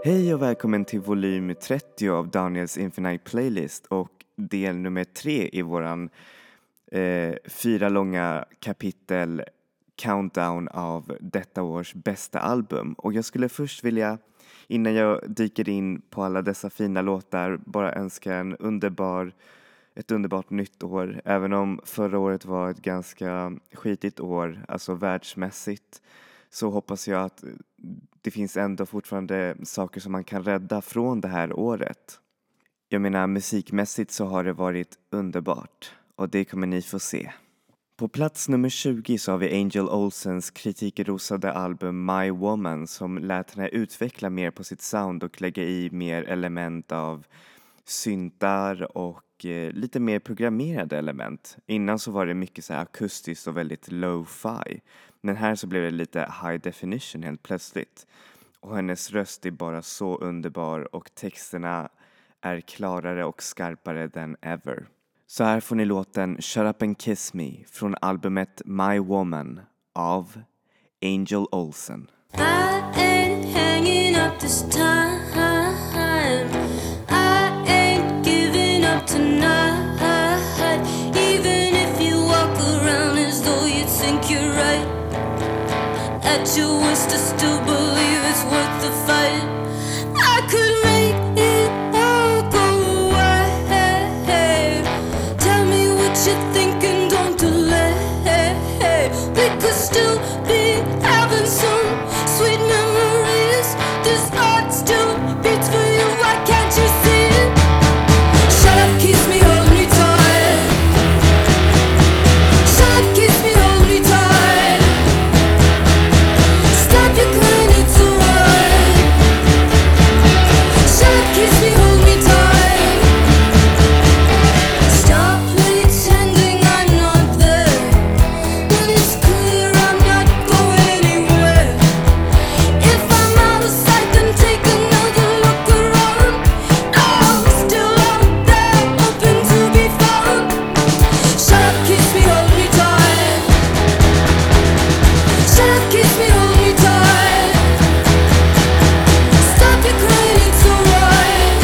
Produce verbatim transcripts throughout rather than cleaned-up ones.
Hej och välkommen till volym trettio av Daniels Infinite Playlist och del nummer tre i våran eh, fyra långa kapitel countdown av detta års bästa album. Och jag skulle först vilja, innan jag dyker in på alla dessa fina låtar, bara önska en underbar, ett underbart nytt år. Även om förra året var ett ganska skitigt år, alltså världsmässigt, så hoppas jag att det finns ändå fortfarande saker som man kan rädda från det här året. Jag menar, musikmässigt så har det varit underbart och det kommer ni få se. På plats nummer tjugo så har vi Angel Olsens kritikerrosade album My Woman som lät henne utveckla mer på sitt sound och lägga i mer element av syntar och eh, lite mer programmerade element. Innan så var det mycket så här akustiskt och väldigt lo-fi. Men här så blev det lite high definition helt plötsligt. Och hennes röst är bara så underbar och texterna är klarare och skarpare than ever. Så här får ni låten Shut Up and Kiss Me från albumet My Woman av Angel Olsen. I ain't hanging up this time. I ain't giving up tonight. Even if you walk around as though you think you're right, at your worst I still believe it's worth the fight. I could make it all go away. Tell me what you're thinking, don't delay. We could still be having some sweet memories. This heart still beats for you, why can't you see it? Shut up, kiss me, hold me tight. Shut up, kiss me, hold me tight. Stop your crying, it's alright. Shut up, kiss me, hold me tight. Stop pretending I'm not there when it's clear I'm not going anywhere. If I'm out of sight, then take another look around. I'm still out there, hoping to be found. Shut up, kiss me, hold me tight. Shut up, kiss me, hold me tight. Stop your crying, it's alright.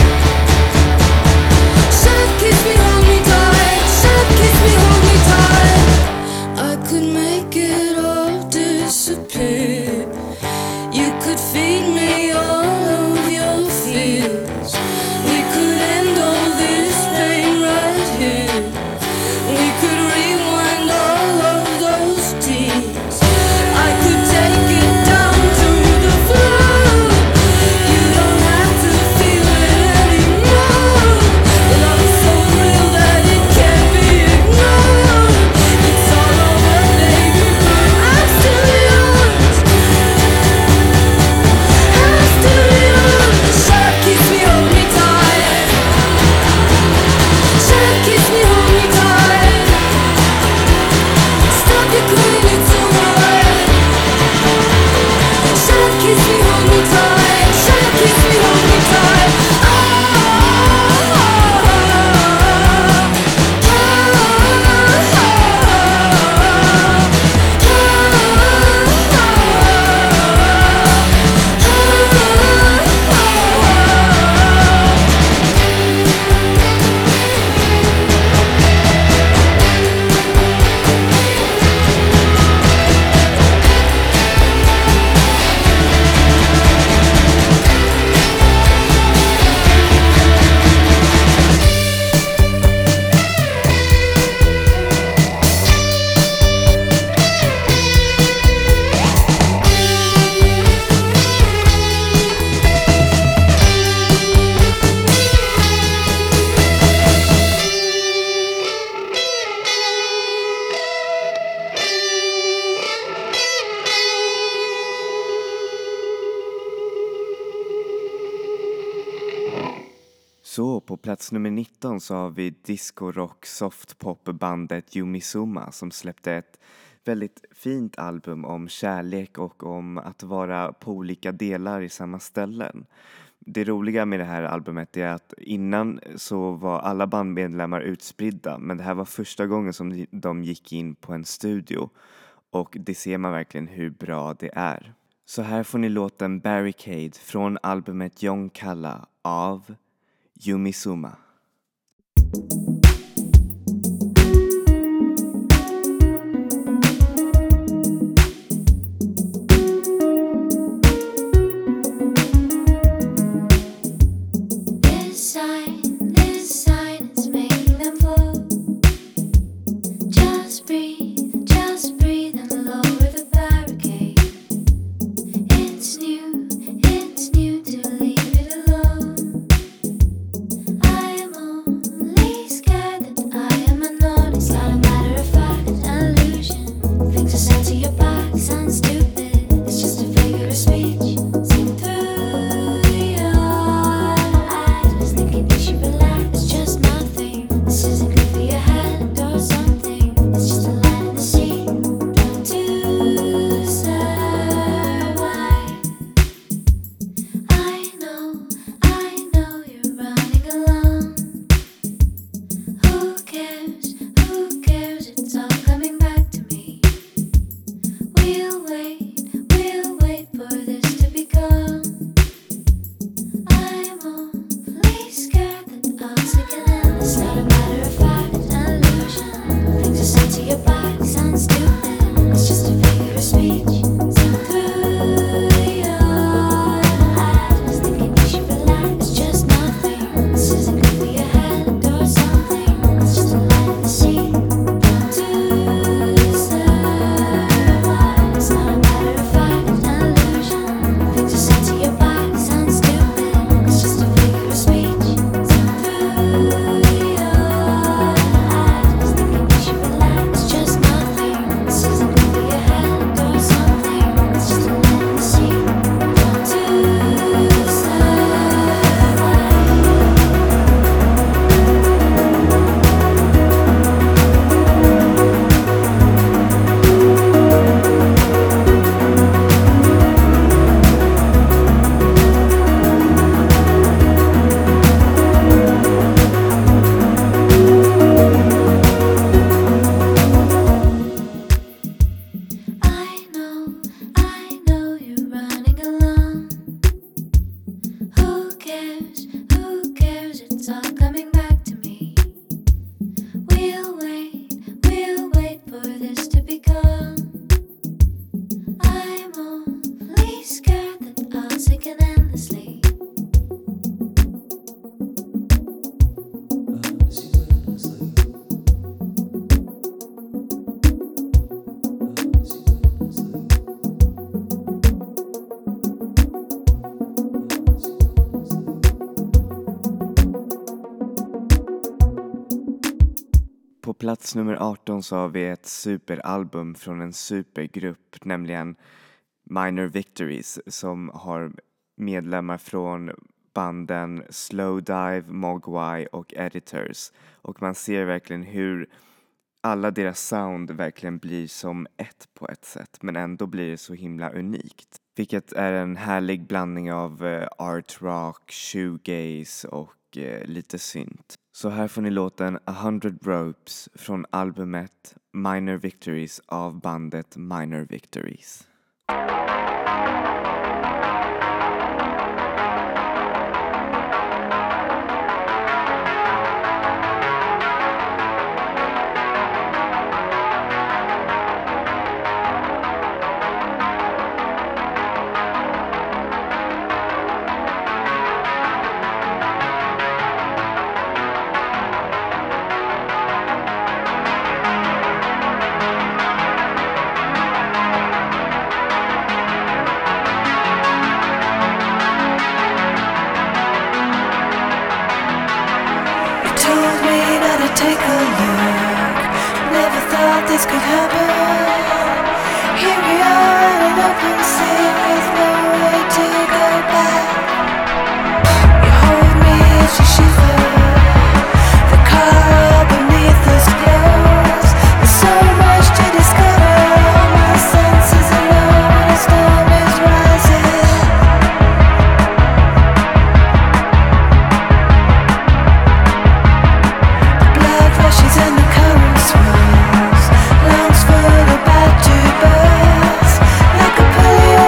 Shut up, kiss me, hold me tight. Shut up, kiss me, hold me tight. I could make it all disappear. You could feed me all of your fears. We could end all this pain right here. We could rewind all of those tears. I could take it down to the floor. You don't have to feel it anymore. The love is so real that it can't be ignored. It's all over, baby. I'm still yours. I'm still yours. Shut up, kiss me, hold me tight. Shut up, kiss me, hold me tight. Stop your crying, it's alright. Shut up, kiss me, hold me tight. Shut up, kiss me, hold me tight. Oh, oh, Så på plats nummer nitton så har vi disco-rock softpop-bandet Yumizuma som släppte ett väldigt fint album om kärlek och om att vara på olika delar i samma ställen. Det roliga med det här albumet är att innan så var alla bandmedlemmar utspridda, men det här var första gången som de gick in på en studio och det ser man verkligen hur bra det är. Så här får ni låten Barricade från albumet Young Kalla av Yumi Suma. På plats nummer arton så har vi ett superalbum från en supergrupp, nämligen Minor Victories, som har medlemmar från banden Slowdive, Mogwai och Editors. Och man ser verkligen hur alla deras sound verkligen blir som ett på ett sätt, men ändå blir det så himla unikt. Vilket är en härlig blandning av art rock, shoegaze och lite synt. Så här får ni låten A Hundred Ropes från albumet Minor Victories av bandet Minor Victories. Take a look. Never thought this could happen. Here we are in an open sea with no way to go back. You hold me as you shiver. The car beneath us glows. There's so much to discover. My senses alone when a storm is rising. Rushes and the current swirls. Lungs full of bad tubers. Like a pulley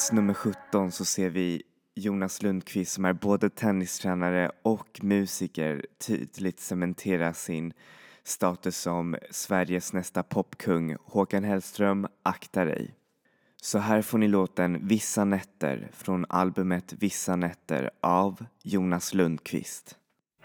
plats nummer sjutton så ser vi Jonas Lundqvist som är både tennistränare och musiker tydligt cementera sin status som Sveriges nästa popkung. Håkan Hellström, akta dig. Så här får ni låten Vissa nätter från albumet Vissa nätter av Jonas Lundqvist.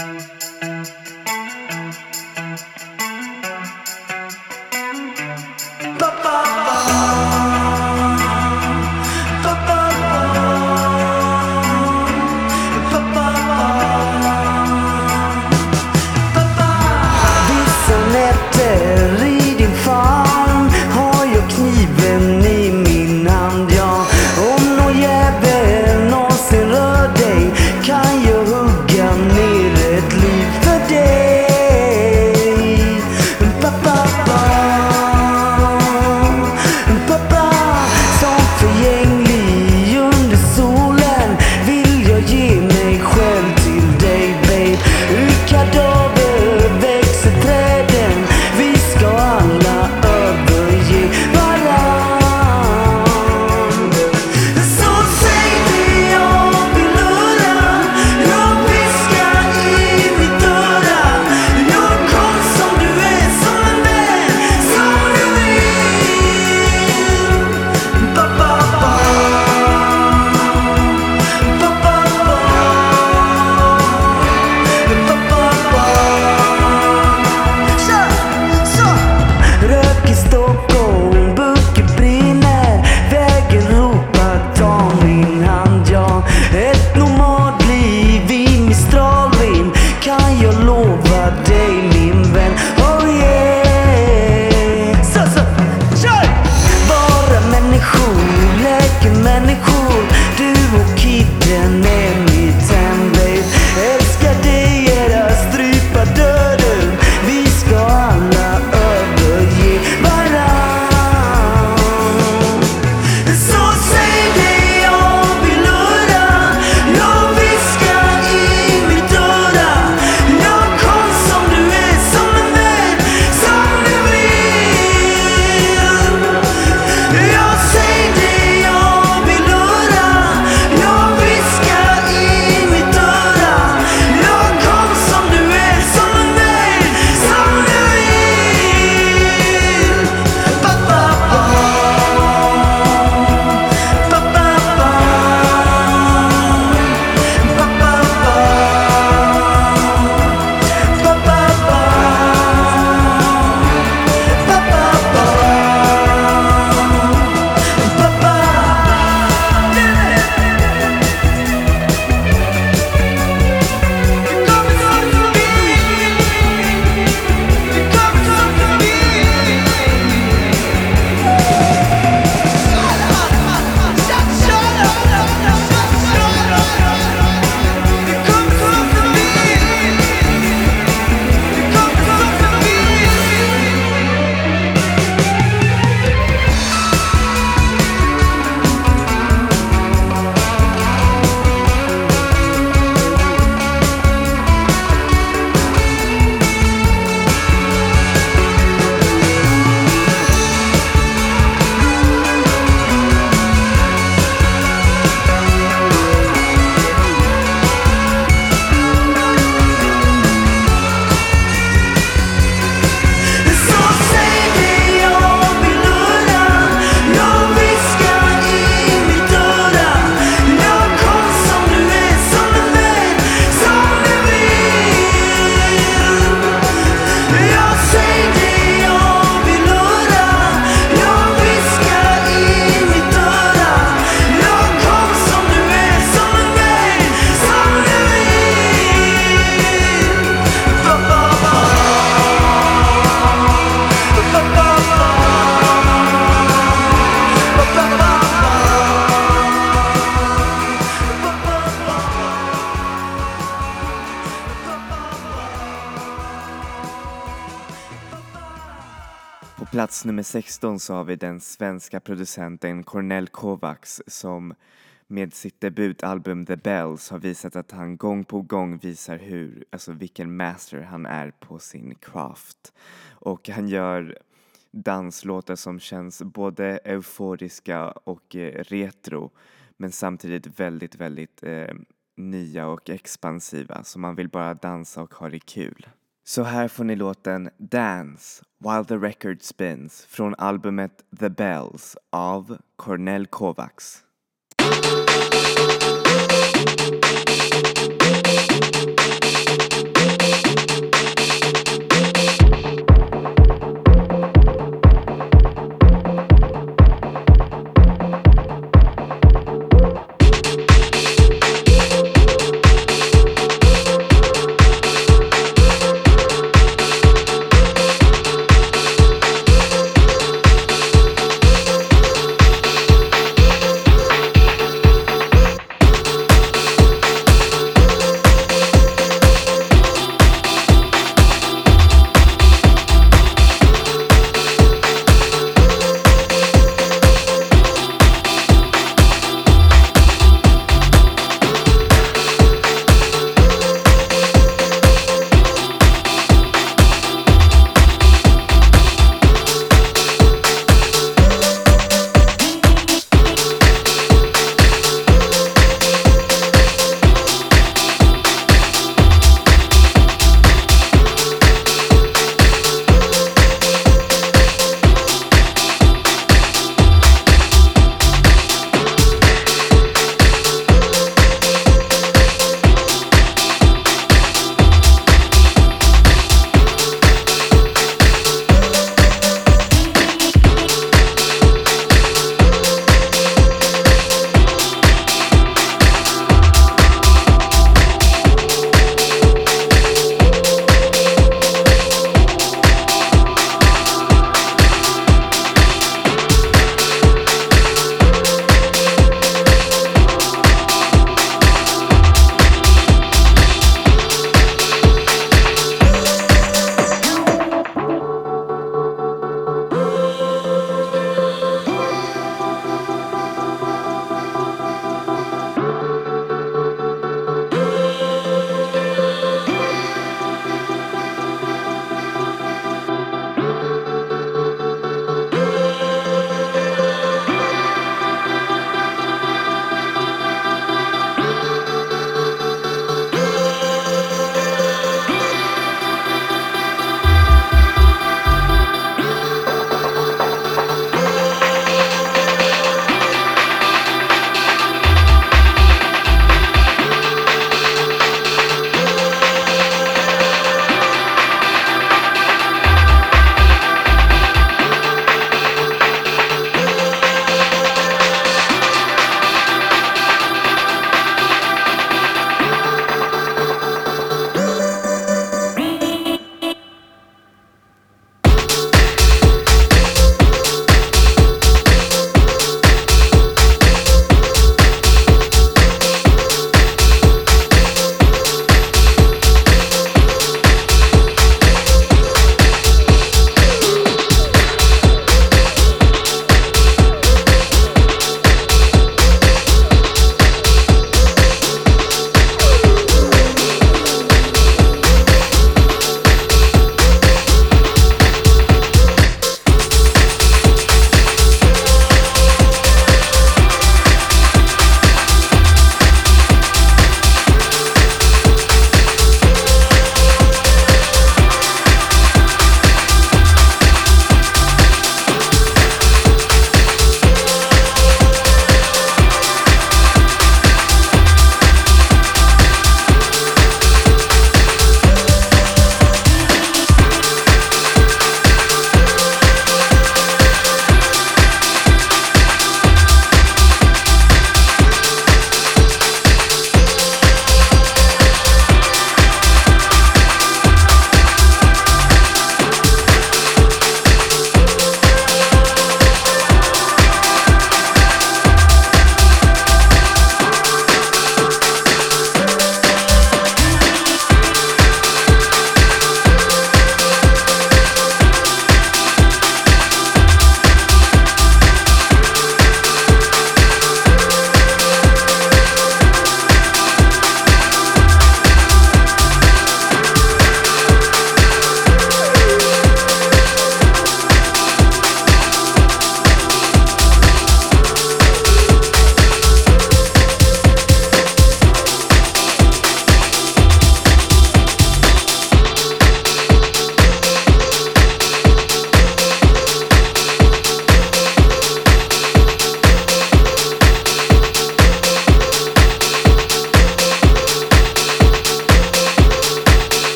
plats nummer sexton så har vi den svenska producenten Cornel Kovacs som med sitt debutalbum The Bells har visat att han gång på gång visar hur, alltså vilken master han är på sin craft. Och han gör danslåtar som känns både euforiska och eh, retro, men samtidigt väldigt, väldigt eh, nya och expansiva, så man vill bara dansa och ha det kul. Så här får ni låten Dance While the Record Spins från albumet The Bells av Kornél Kovacs.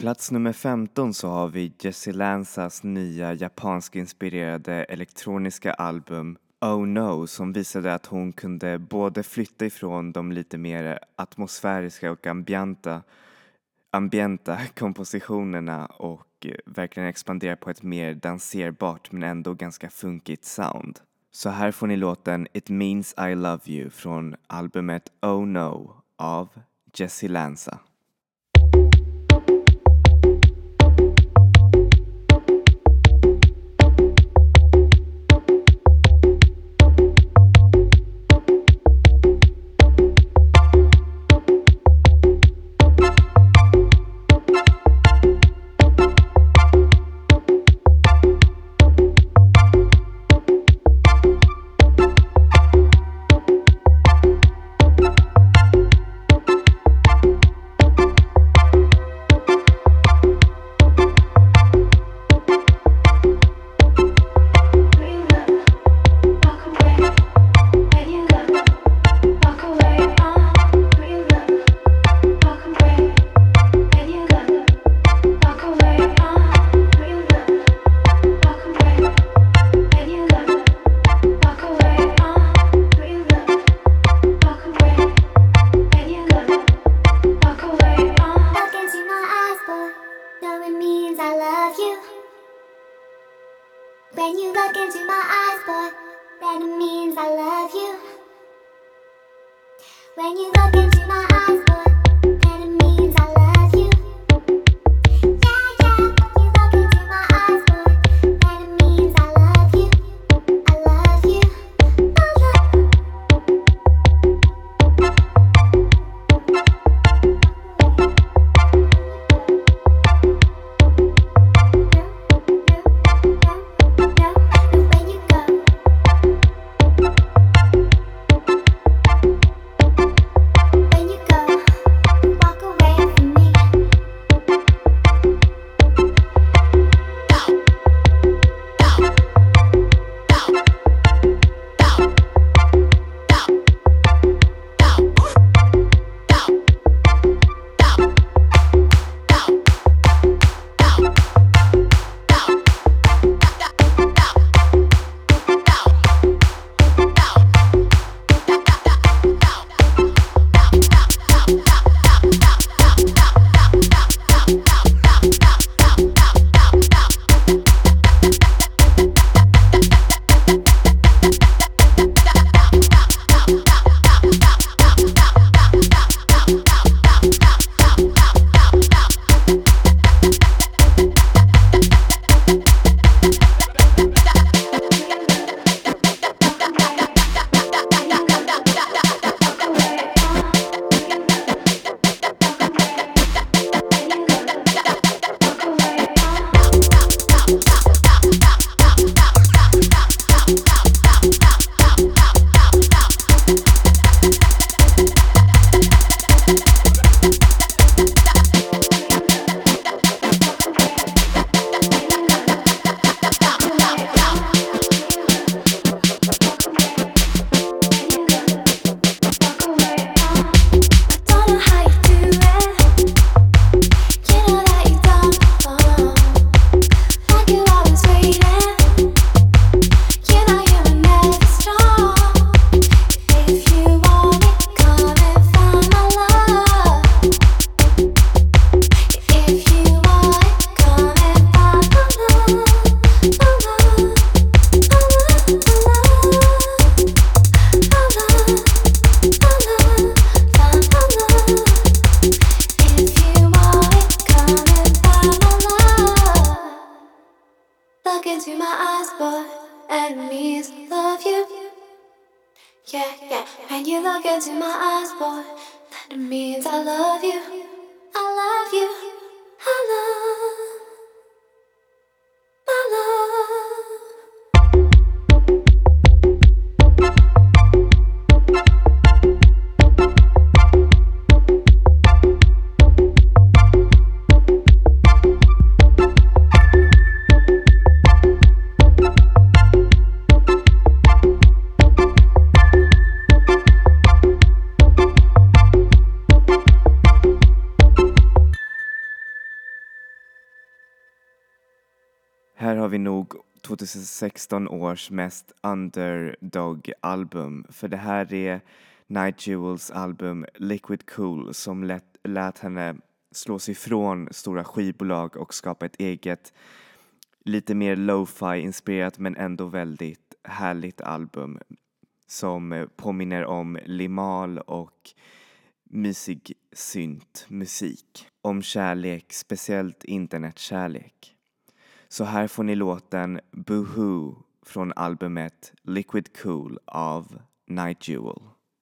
plats nummer femton så har vi Jessie Lansas nya japansk-inspirerade elektroniska album Oh No, som visade att hon kunde både flytta ifrån de lite mer atmosfäriska och ambienta, ambienta kompositionerna och verkligen expandera på ett mer danserbart men ändå ganska funkigt sound. Så här får ni låten It Means I Love You från albumet Oh No av Jessie Lanza. When you look into my eyes, boy, then it means I love you. When you look into my eyes, boy, then it means I love you. Yeah, yeah, when you look into my eyes, boy, then it means I love you. I love you. I love you. Look into my eyes, boy, and it means I love you. Yeah, yeah. When you look into my eyes, boy, then it means I love you. I love you. I love. I love. vi nog tjugohundrasexton års mest underdog-album. För det här är Night Jewels album Liquid Cool som lät, lät henne slå sig ifrån stora skivbolag och skapa ett eget, lite mer lo-fi-inspirerat men ändå väldigt härligt album som påminner om limal och mysig synt musik. Om kärlek, speciellt internetkärlek. Så här får ni låten Boohoo från albumet Liquid Cool av Night Jewel.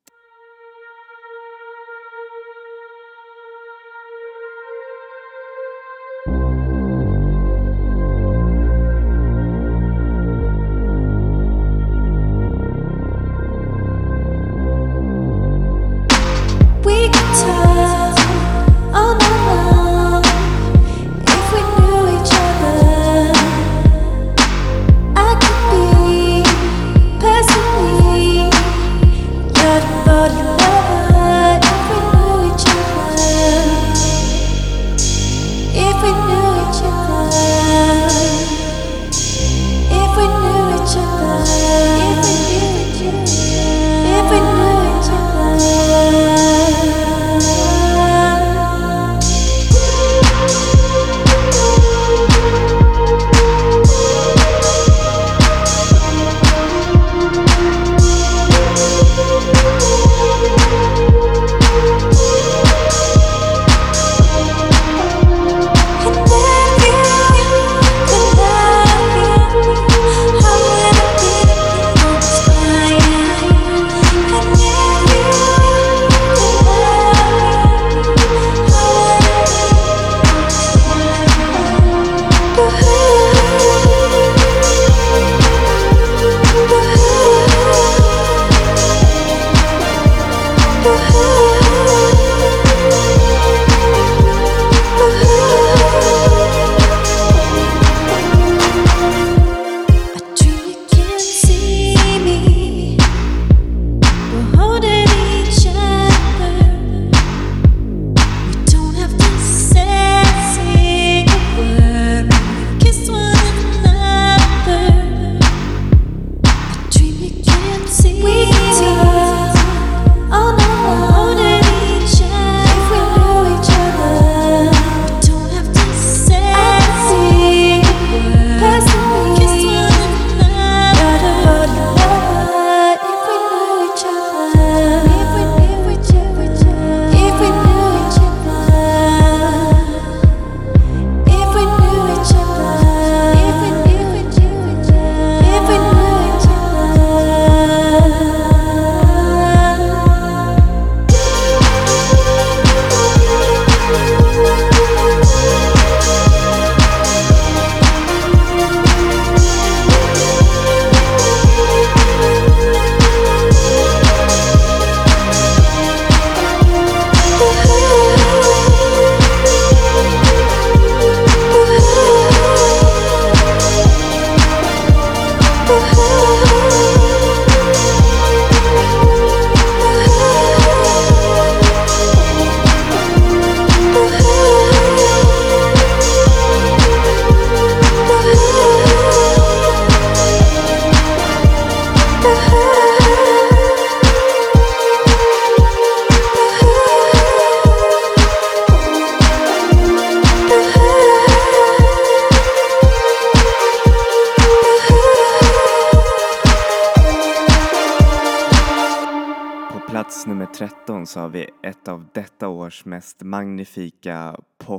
plats nummer tretton så har vi ett av detta års mest magnifika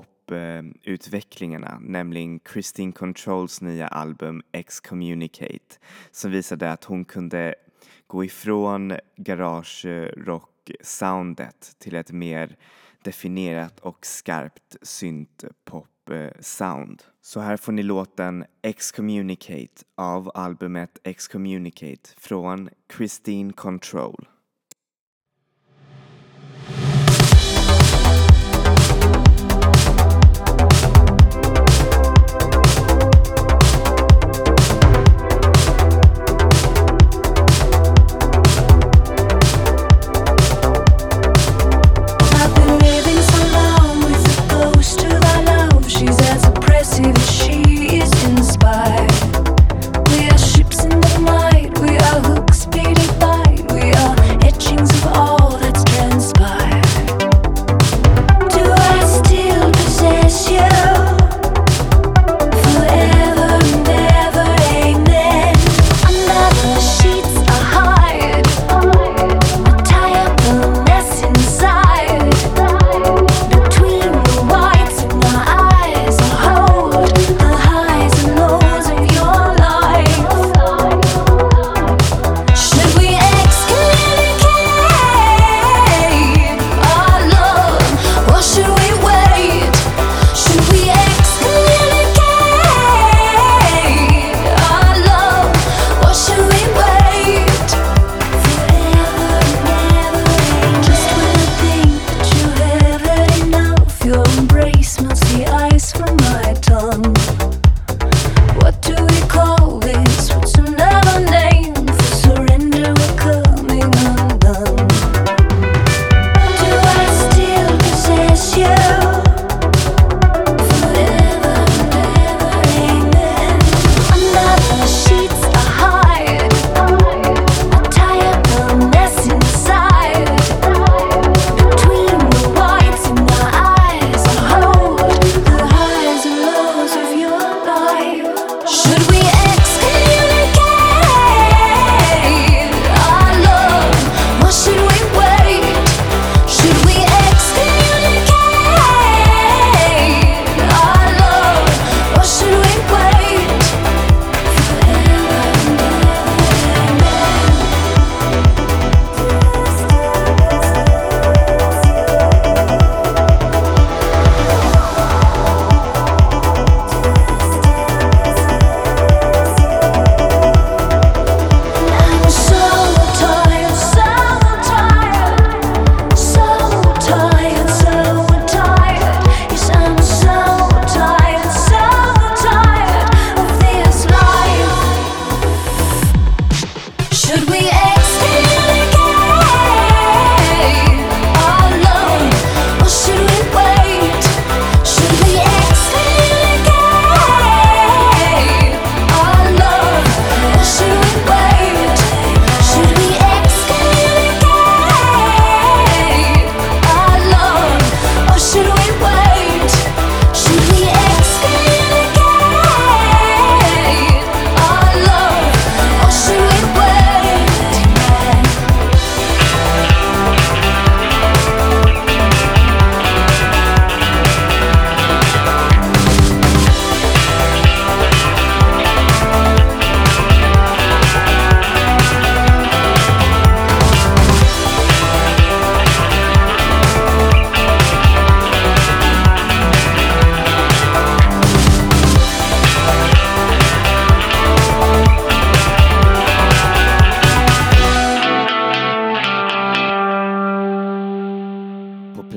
poputvecklingarna, nämligen Christine Controls nya album Excommunicate, som visade att hon kunde gå ifrån garage-rock-soundet till ett mer definierat och skarpt synt-pop-sound. Så här får ni låten Excommunicate av albumet Excommunicate från Christine Control. She's as oppressive as she is inspired.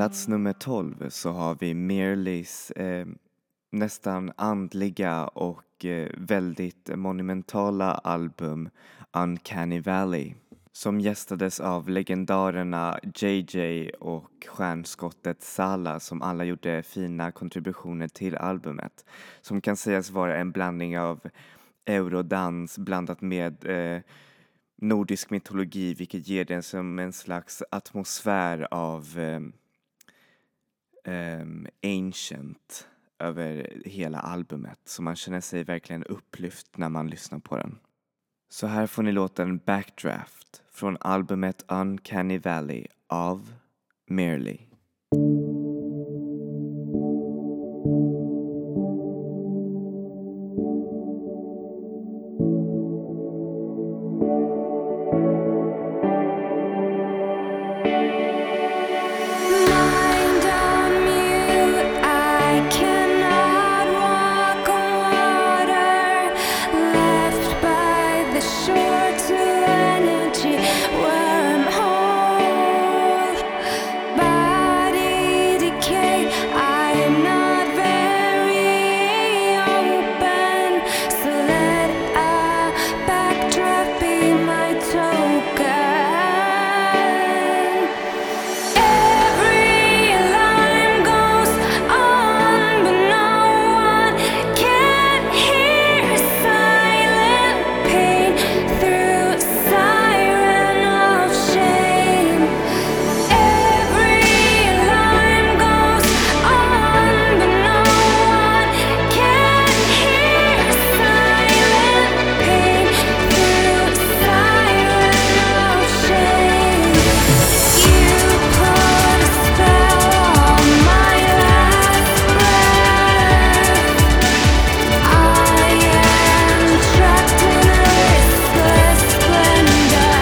plats nummer tolv så har vi Merlys eh, nästan andliga och eh, väldigt monumentala album Uncanny Valley, som gästades av legendarerna J J och stjärnskottet Sala, som alla gjorde fina kontributioner till albumet, som kan sägas vara en blandning av eurodans blandat med eh, nordisk mytologi, vilket ger den som en slags atmosfär av eh, eh, ancient över hela albumet, så man känner sig verkligen upplyft när man lyssnar på den. Så här får ni låten Backdraft från albumet Uncanny Valley av Merly. Mind on mute, I cannot walk on water. Left by the shore to energy wormhole. Body decay, I am not very open. So let a backdraft be my token. Every alarm goes on, but no one can hear silent pain through siren of shame. Every alarm goes on, but no one can hear silent pain through siren of shame. You put a spell on my last breath. I am trapped in a listless splendor,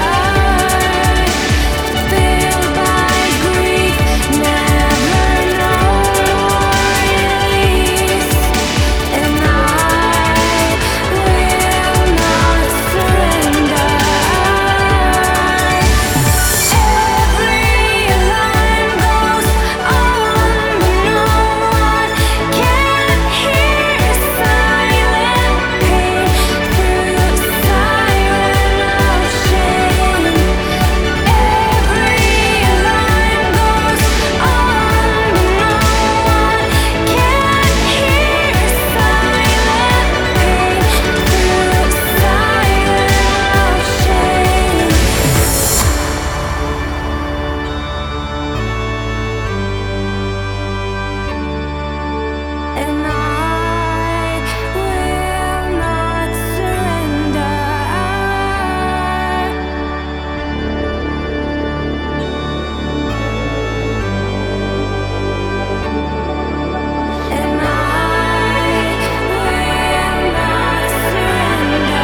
filled by grief, never know release, and I will not surrender. Every alarm goes on, but no one can hear silent pain through siren of shame. Every alarm goes on, but no one can hear silent pain through siren of shame. And I will not surrender. And I will not surrender.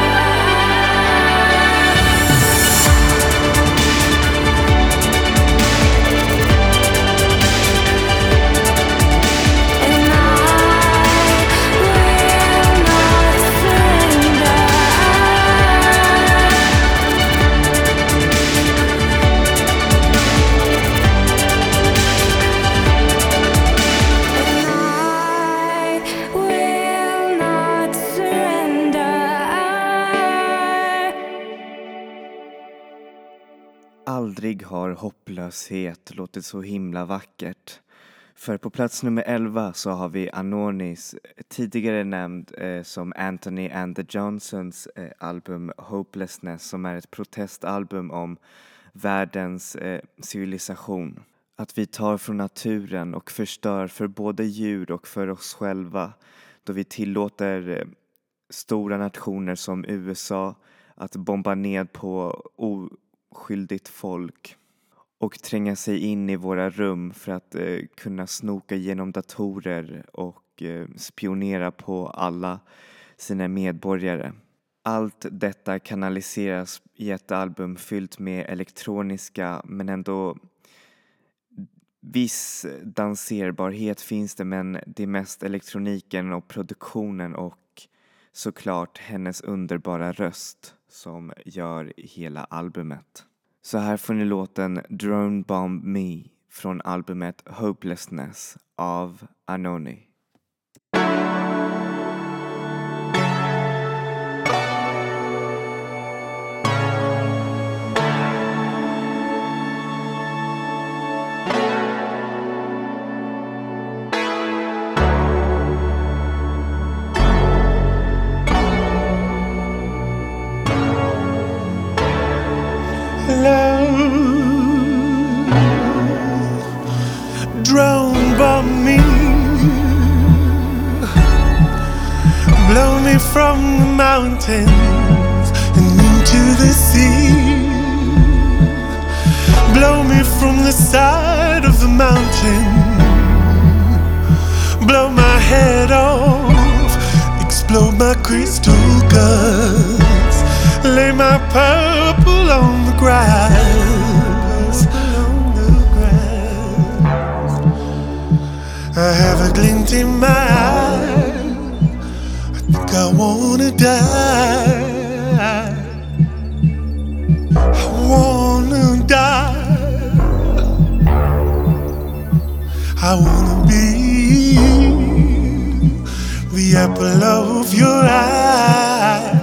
And I will not surrender. And I will not surrender. Aldrig har hopplöshet låtit så himla vackert. För på plats nummer elva så har vi Anonis, tidigare nämnd eh, som Anthony and the Johnsons eh, album Hopelessness, som är ett protestalbum om världens eh, civilisation. Att vi tar från naturen och förstör för både djur och för oss själva, då vi tillåter eh, stora nationer som U S A att bomba ned på oskyldigt folk och tränga sig in i våra rum för att eh, kunna snoka igenom datorer och eh, spionera på alla sina medborgare. Allt detta kanaliseras i ett album fyllt med elektroniska, men ändå viss danserbarhet finns det, men det är mest elektroniken och produktionen och såklart hennes underbara röst som gör hela albumet. Så här får ni låten Drone Bomb Me från albumet Hopelessness av Anoni. Drowned by me, blow me from the mountains and into the sea, blow me from the side of the mountain, blow my head off, explode my crystal guts, lay my purple on the grass. I have a glint in my eye, I think I wanna die, I wanna die, I wanna be the apple of your eye.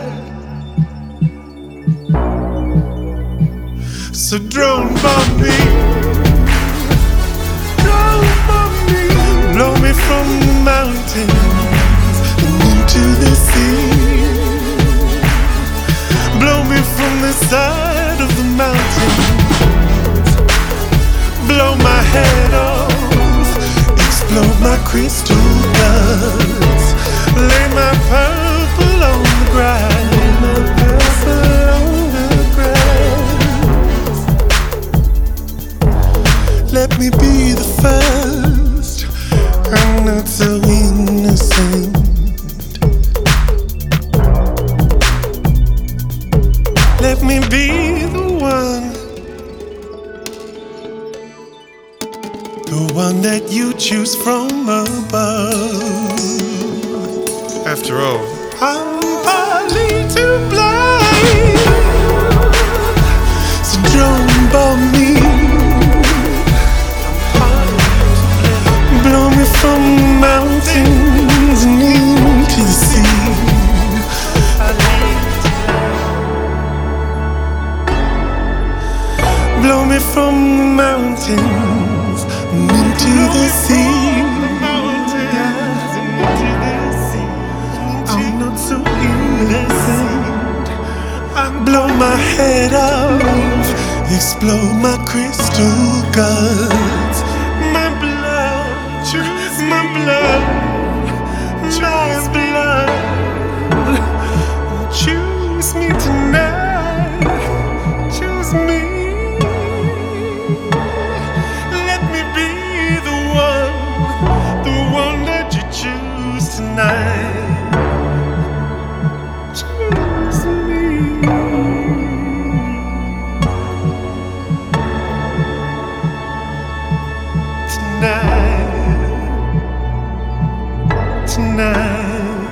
So drone bomb me, drone bomb me, blow me from the mountains and into the sea, blow me from the side of the mountains, blow my head off, explode my crystal guts, lay my purple on the ground, lay my purple on the ground. Let me be the first, I'm not so innocent. Let me be the one, the one that you choose from above. After all, I'm partly to blame, so don't bomb me, blow me from the mountains and into the sea, blow me from the mountains and into the sea. I'm not so innocent. Blow my head off, explode my crystal guts. My blood, choose my blood, my blood. Choose me tonight, choose me. Let me be the one, the one that you choose tonight. Choose me tonight, tonight.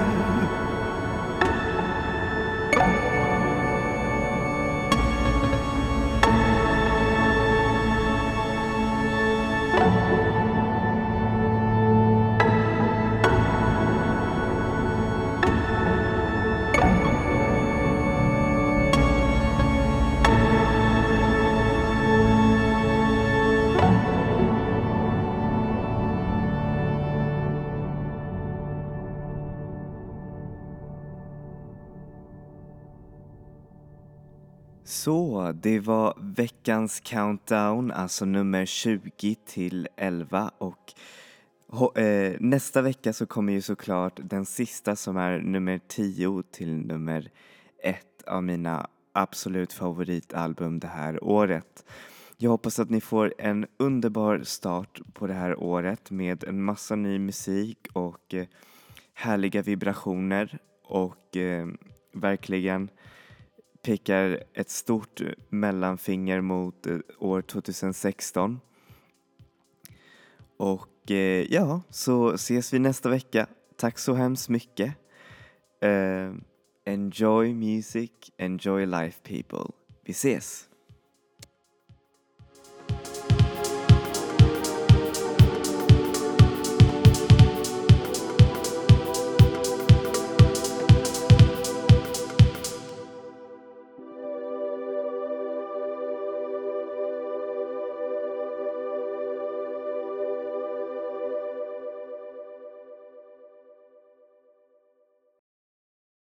Så, det var veckans countdown, alltså nummer tjugo till elva, och ho- eh, nästa vecka så kommer ju såklart den sista som är nummer tio till nummer ett av mina absolut favoritalbum det här året. Jag hoppas att ni får en underbar start på det här året med en massa ny musik och eh, härliga vibrationer och eh, verkligen pekar ett stort mellanfinger mot eh, år tjugohundrasexton. Och eh, ja, så ses vi nästa vecka. Tack så hemskt mycket. Uh, enjoy music, enjoy life people. Vi ses!